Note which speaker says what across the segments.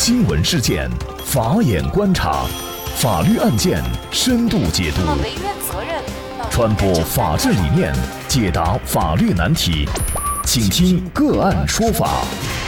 Speaker 1: 新闻事件，法眼观察，法律案件深度解读，传播法治理念，解答法律难题，请听个案说法。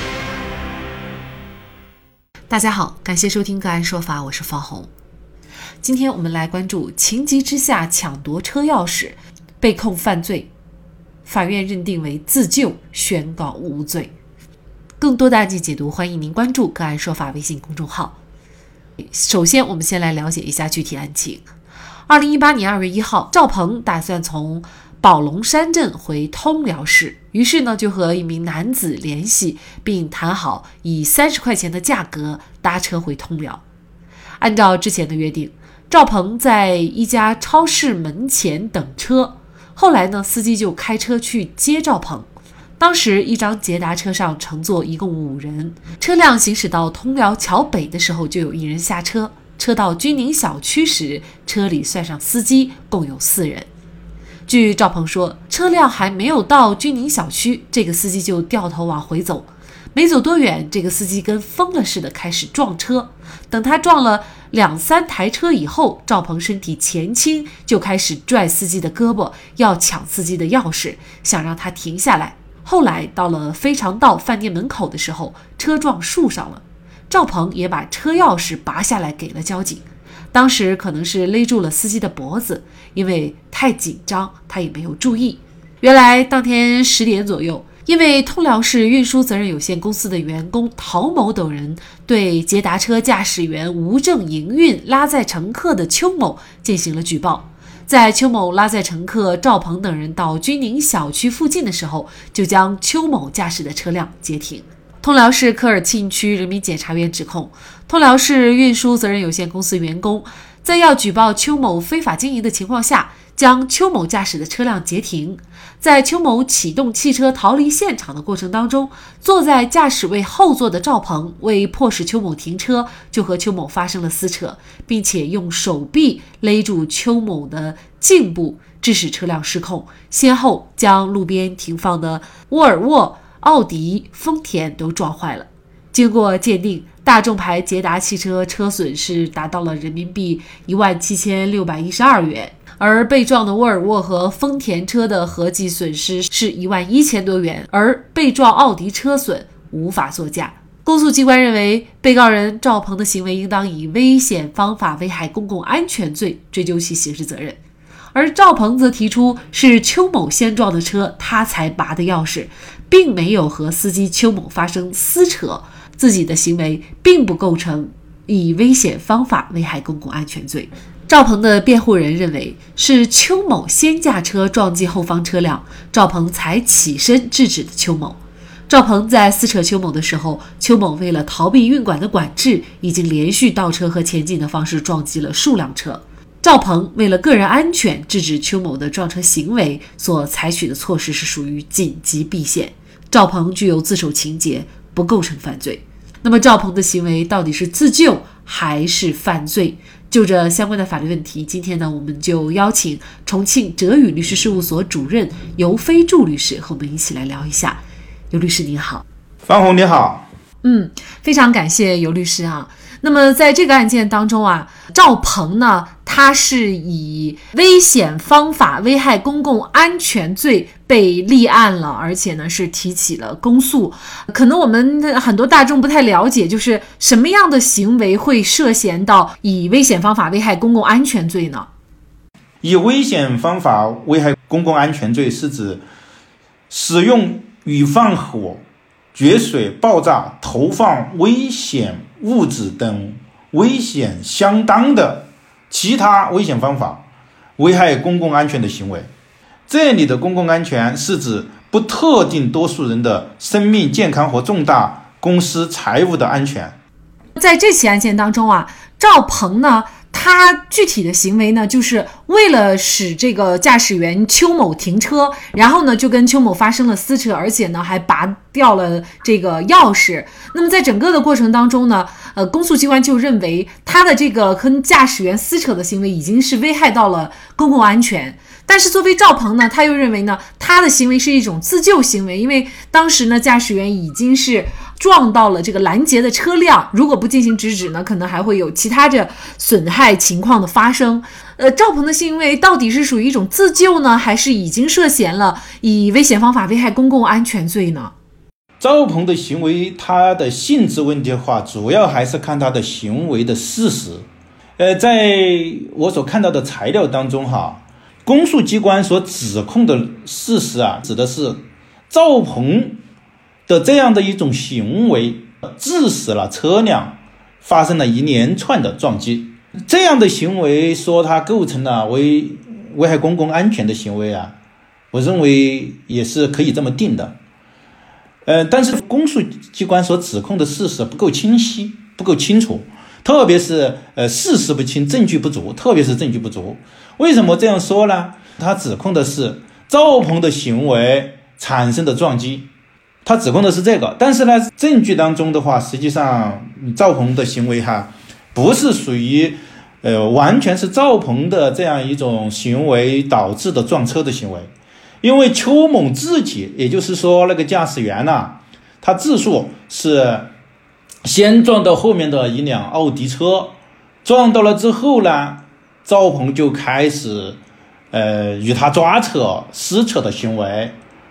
Speaker 2: 大家好，感谢收听个案说法，我是方红。今天我们来关注情急之下抢夺车钥匙，被控犯罪，法院认定为自救，宣告无罪。更多的案件解读，欢迎您关注个案说法微信公众号。首先我们先来了解一下具体案情。2018年2月1号，赵鹏打算从宝龙山镇回通辽市，于是呢就和一名男子联系，并谈好以30块钱的价格搭车回通辽。按照之前的约定，赵鹏在一家超市门前等车，后来呢司机就开车去接赵鹏。当时一张捷达车上乘坐一共5人，车辆行驶到通辽桥北的时候，就有1人下车，车到军宁小区时，车里算上司机共有4人。据赵鹏说，车辆还没有到军宁小区，这个司机就掉头往回走，没走多远，这个司机跟疯了似的开始撞车。等他撞了2-3台车以后，赵鹏身体前倾，就开始拽司机的胳膊，要抢司机的钥匙，想让他停下来。后来到了非常道饭店门口的时候，车撞树上了，赵鹏也把车钥匙拔下来给了交警。当时可能是勒住了司机的脖子，因为太紧张，他也没有注意。原来当天10点左右，因为通辽市运输责任有限公司的员工陶某等人对捷达车驾驶员无证营运拉载乘客的邱某进行了举报。在邱某拉载乘客赵鹏等人到军宁小区附近的时候，就将邱某驾驶的车辆截停。通辽市科尔沁区人民检察院指控，通辽市运输责任有限公司员工在要举报邱某非法经营的情况下，将邱某驾驶的车辆截停。在邱某启动汽车逃离现场的过程当中，坐在驾驶位后座的赵鹏为迫使邱某停车，就和邱某发生了撕扯，并且用手臂勒住邱某的颈部，致使车辆失控，先后将路边停放的沃尔沃、奥迪、丰田都撞坏了。经过鉴定，大众牌捷达汽车车损是达到了人民币17612元，而被撞的沃尔沃和丰田车的合计损失是11000多元，而被撞奥迪车损无法作价。公诉机关认为，被告人赵鹏的行为应当以危险方法危害公共安全罪追究其刑事责任。而赵鹏则提出是邱某先撞的车，他才拔的钥匙，并没有和司机邱某发生撕扯，自己的行为并不构成以危险方法危害公共安全罪。赵鹏的辩护人认为，是邱某先驾车撞击后方车辆，赵鹏才起身制止的邱某。赵鹏在撕扯邱某的时候，邱某为了逃避运管的管制，已经连续倒车和前进的方式撞击了数辆车。赵鹏为了个人安全制止邱某的撞车行为所采取的措施是属于紧急避险，赵鹏具有自首情节，不构成犯罪。那么赵鹏的行为到底是自救还是犯罪？就这相关的法律问题，今天呢，我们就邀请重庆哲宇律师事务所主任尤飞柱律师和我们一起来聊一下。尤律师您好。
Speaker 3: 方红你好。
Speaker 2: 非常感谢尤律师啊。那么在这个案件当中啊，赵鹏呢，他是以危险方法危害公共安全罪被立案了，而且呢是提起了公诉。可能我们很多大众不太了解，就是什么样的行为会涉嫌到以危险方法危害公共安全罪呢？
Speaker 3: 以危险方法危害公共安全罪是指使用与放火、决水、爆炸、投放危险物质等危险相当的其他危险方法危害公共安全的行为。这里的公共安全是指不特定多数人的生命健康和重大公司财物的安全。
Speaker 2: 在这起案件当中啊，赵鹏呢，他具体的行为呢，就是为了使这个驾驶员邱某停车，然后呢就跟邱某发生了撕扯，而且呢还拔掉了这个钥匙。那么在整个的过程当中呢，公诉机关就认为他的这个跟驾驶员撕扯的行为已经是危害到了公共安全。 但是作为赵鹏呢，他又认为呢，他的行为是一种自救行为，因为当时呢，驾驶员已经是撞到了这个拦截的车辆，如果不进行制止呢，可能还会有其他的损害情况的发生。赵鹏的行为到底是属于一种自救呢，还是已经涉嫌了以危险方法危害公共安全罪呢？
Speaker 3: 赵鹏的行为，他的性质问题的话，主要还是看他的行为的事实。在我所看到的材料当中公诉机关所指控的事实指的是赵鹏的这样的一种行为，致使了车辆发生了一连串的撞击。这样的行为说它构成了危害公共安全的行为我认为也是可以这么定的。但是公诉机关所指控的事实不够清晰，不够清楚，特别是事实不清，证据不足，特别是证据不足。为什么这样说呢？他指控的是赵鹏的行为产生的撞击，他指控的是这个。但是呢，证据当中的话，实际上赵鹏的行为不是属于完全是赵鹏的这样一种行为导致的撞车的行为。因为邱某自己，也就是说那个驾驶员他自述是先撞到后面的一辆奥迪车，撞到了之后呢，赵鹏就开始与他抓扯撕扯的行为，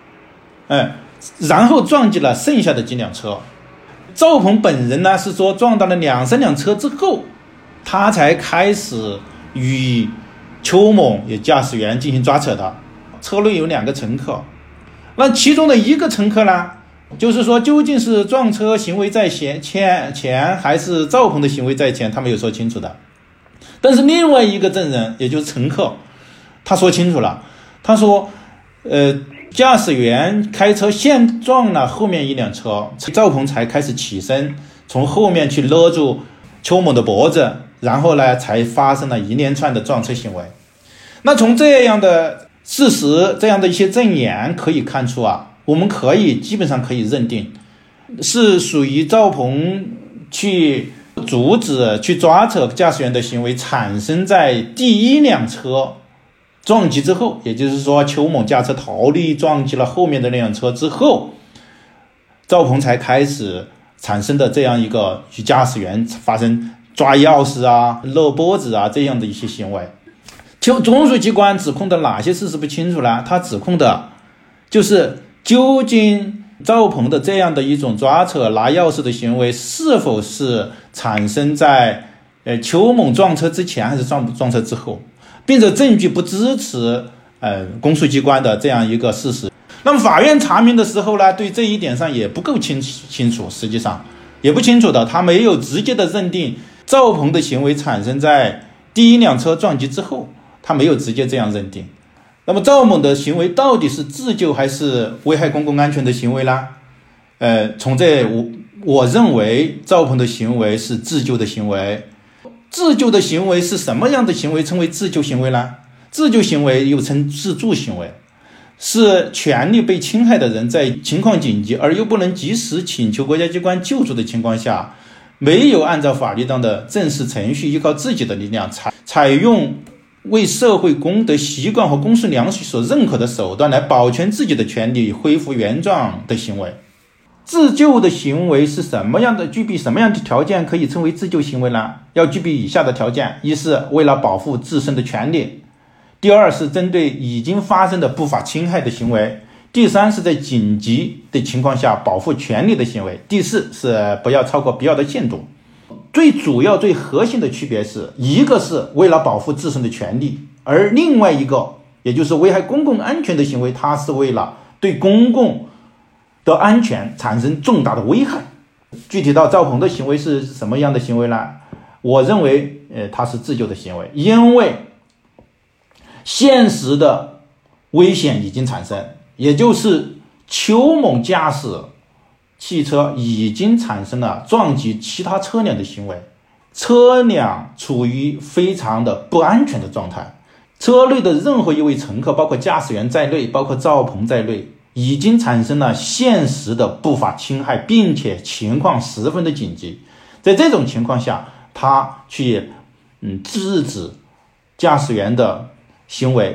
Speaker 3: 然后撞击了剩下的几辆车。赵鹏本人呢是说撞到了2-3辆车之后，他才开始与邱某也驾驶员进行抓扯的。车内有2个乘客，那其中的一个乘客呢，就是说究竟是撞车行为在前还是赵鹏的行为在前，他没有说清楚的。但是另外一个证人，也就是乘客，他说清楚了，他说驾驶员开车先撞了后面一辆车，赵鹏才开始起身从后面去勒住邱某的脖子，然后呢才发生了一连串的撞车行为。那从这样的事实，这样的一些证言可以看出我们基本上可以认定是属于赵鹏去阻止去抓扯驾驶员的行为产生在第一辆车撞击之后，也就是说邱某驾车逃离撞击了后面的那辆车之后，赵鹏才开始产生的这样一个与驾驶员发生抓钥匙勒脖子这样的一些行为。公诉机关指控的哪些事实不清楚呢？他指控的就是究竟赵鹏的这样的一种抓扯拿钥匙的行为是否是产生在邱某撞车之前还是撞车之后，并且证据不支持公诉机关的这样一个事实。那么法院查明的时候呢，对这一点上也不够清楚，实际上也不清楚的，他没有直接的认定赵鹏的行为产生在第一辆车撞击之后，他没有直接这样认定。那么赵某的行为到底是自救还是危害公共安全的行为呢？从这我认为赵鹏的行为是自救的行为。自救的行为是什么样的行为称为自救行为呢？自救行为又称自助行为，是权利被侵害的人在情况紧急而又不能及时请求国家机关救助的情况下，没有按照法律上的正式程序，依靠自己的力量采用为社会公德习惯和公序良俗所认可的手段来保全自己的权利，恢复原状的行为。自救的行为是什么样的，具备什么样的条件可以称为自救行为呢？要具备以下的条件：一是为了保护自身的权利；第二是针对已经发生的不法侵害的行为；第三是在紧急的情况下保护权利的行为；第四是不要超过必要的限度。最主要最核心的区别是，一个是为了保护自身的权利，而另外一个也就是危害公共安全的行为，它是为了对公共的安全产生重大的危害。具体到赵鹏的行为是什么样的行为呢？我认为它是自救的行为，因为现实的危险已经产生，也就是邱某驾驶汽车已经产生了撞击其他车辆的行为，车辆处于非常的不安全的状态，车内的任何一位乘客，包括驾驶员在内，包括赵鹏在内，已经产生了现实的不法侵害，并且情况十分的紧急。在这种情况下，他去制止驾驶员的行为，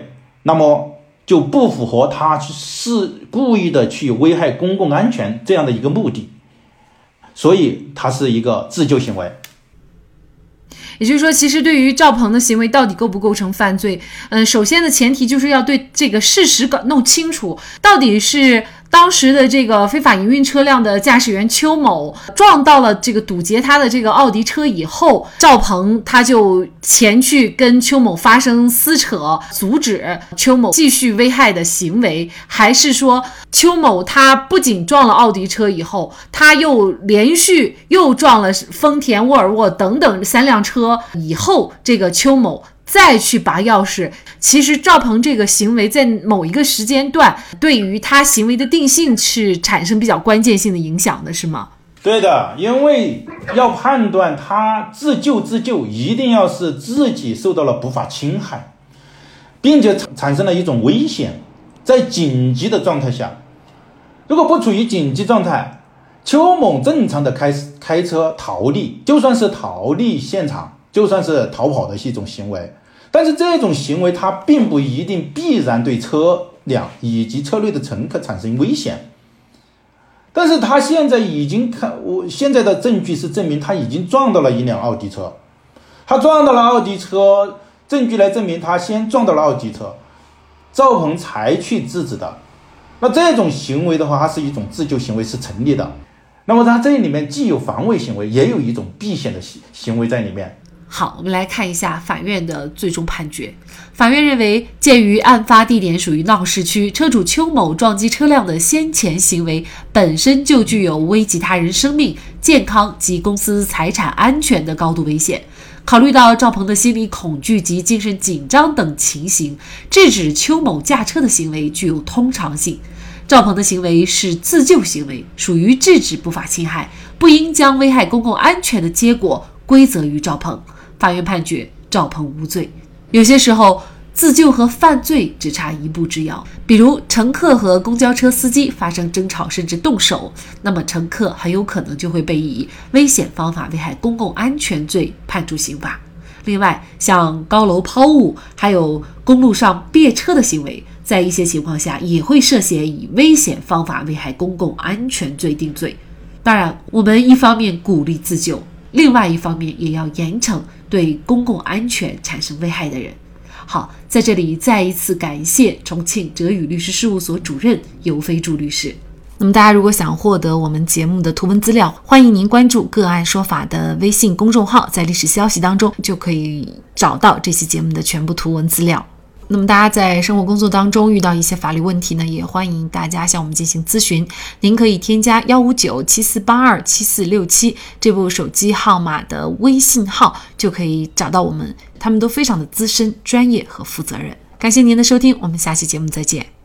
Speaker 3: 那么就不符合他是故意的去危害公共安全这样的一个目的，所以它是一个自救行为。
Speaker 2: 也就是说，其实对于赵鹏的行为到底构不构成犯罪，首先的前提就是要对这个事实弄清楚，到底是当时的这个非法营运车辆的驾驶员邱某撞到了这个堵截他的这个奥迪车以后，赵鹏他就前去跟邱某发生撕扯，阻止邱某继续危害的行为，还是说邱某他不仅撞了奥迪车以后，他又连续又撞了丰田、沃尔沃等等3辆车以后，这个邱某再去拔钥匙。其实赵鹏这个行为在某一个时间段对于他行为的定性是产生比较关键性的影响的，是吗？
Speaker 3: 对的，因为要判断他自救一定要是自己受到了不法侵害，并且产生了一种危险，在紧急的状态下。如果不处于紧急状态，邱某正常的开车逃离，就算是逃离现场，就算是逃跑的一种行为，但是这种行为它并不一定必然对车辆以及车内的乘客产生危险。但是他现在现在的证据是证明他已经撞到了一辆奥迪车，他撞到了奥迪车，证据来证明他先撞到了奥迪车，赵鹏才去制止的。那这种行为的话，它是一种自救行为，是成立的。那么它这里面既有防卫行为，也有一种避险的行为在里面。
Speaker 2: 好，我们来看一下法院的最终判决。法院认为，鉴于案发地点属于闹市区，车主邱某撞击车辆的先前行为本身就具有危及他人生命、健康及公司财产安全的高度危险。考虑到赵鹏的心理恐惧及精神紧张等情形，制止邱某驾车的行为具有通常性。赵鹏的行为是自救行为，属于制止不法侵害，不应将危害公共安全的结果归责于赵鹏。法院判决赵鹏无罪。有些时候，自救和犯罪只差一步之遥。比如乘客和公交车司机发生争吵甚至动手，那么乘客很有可能就会被以危险方法危害公共安全罪判处刑罚。另外，像高楼抛物还有公路上别车的行为，在一些情况下也会涉嫌以危险方法危害公共安全罪定罪。当然，我们一方面鼓励自救，另外一方面也要严惩对公共安全产生危害的人。好，在这里再一次感谢重庆哲宇律师事务所主任尤飞柱律师。那么大家如果想获得我们节目的图文资料，欢迎您关注个案说法的微信公众号，在历史消息当中就可以找到这期节目的全部图文资料。那么大家在生活工作当中遇到一些法律问题呢，也欢迎大家向我们进行咨询。您可以添加15974827467这部手机号码的微信号，就可以找到我们，他们都非常的资深、专业和负责任。感谢您的收听，我们下期节目再见。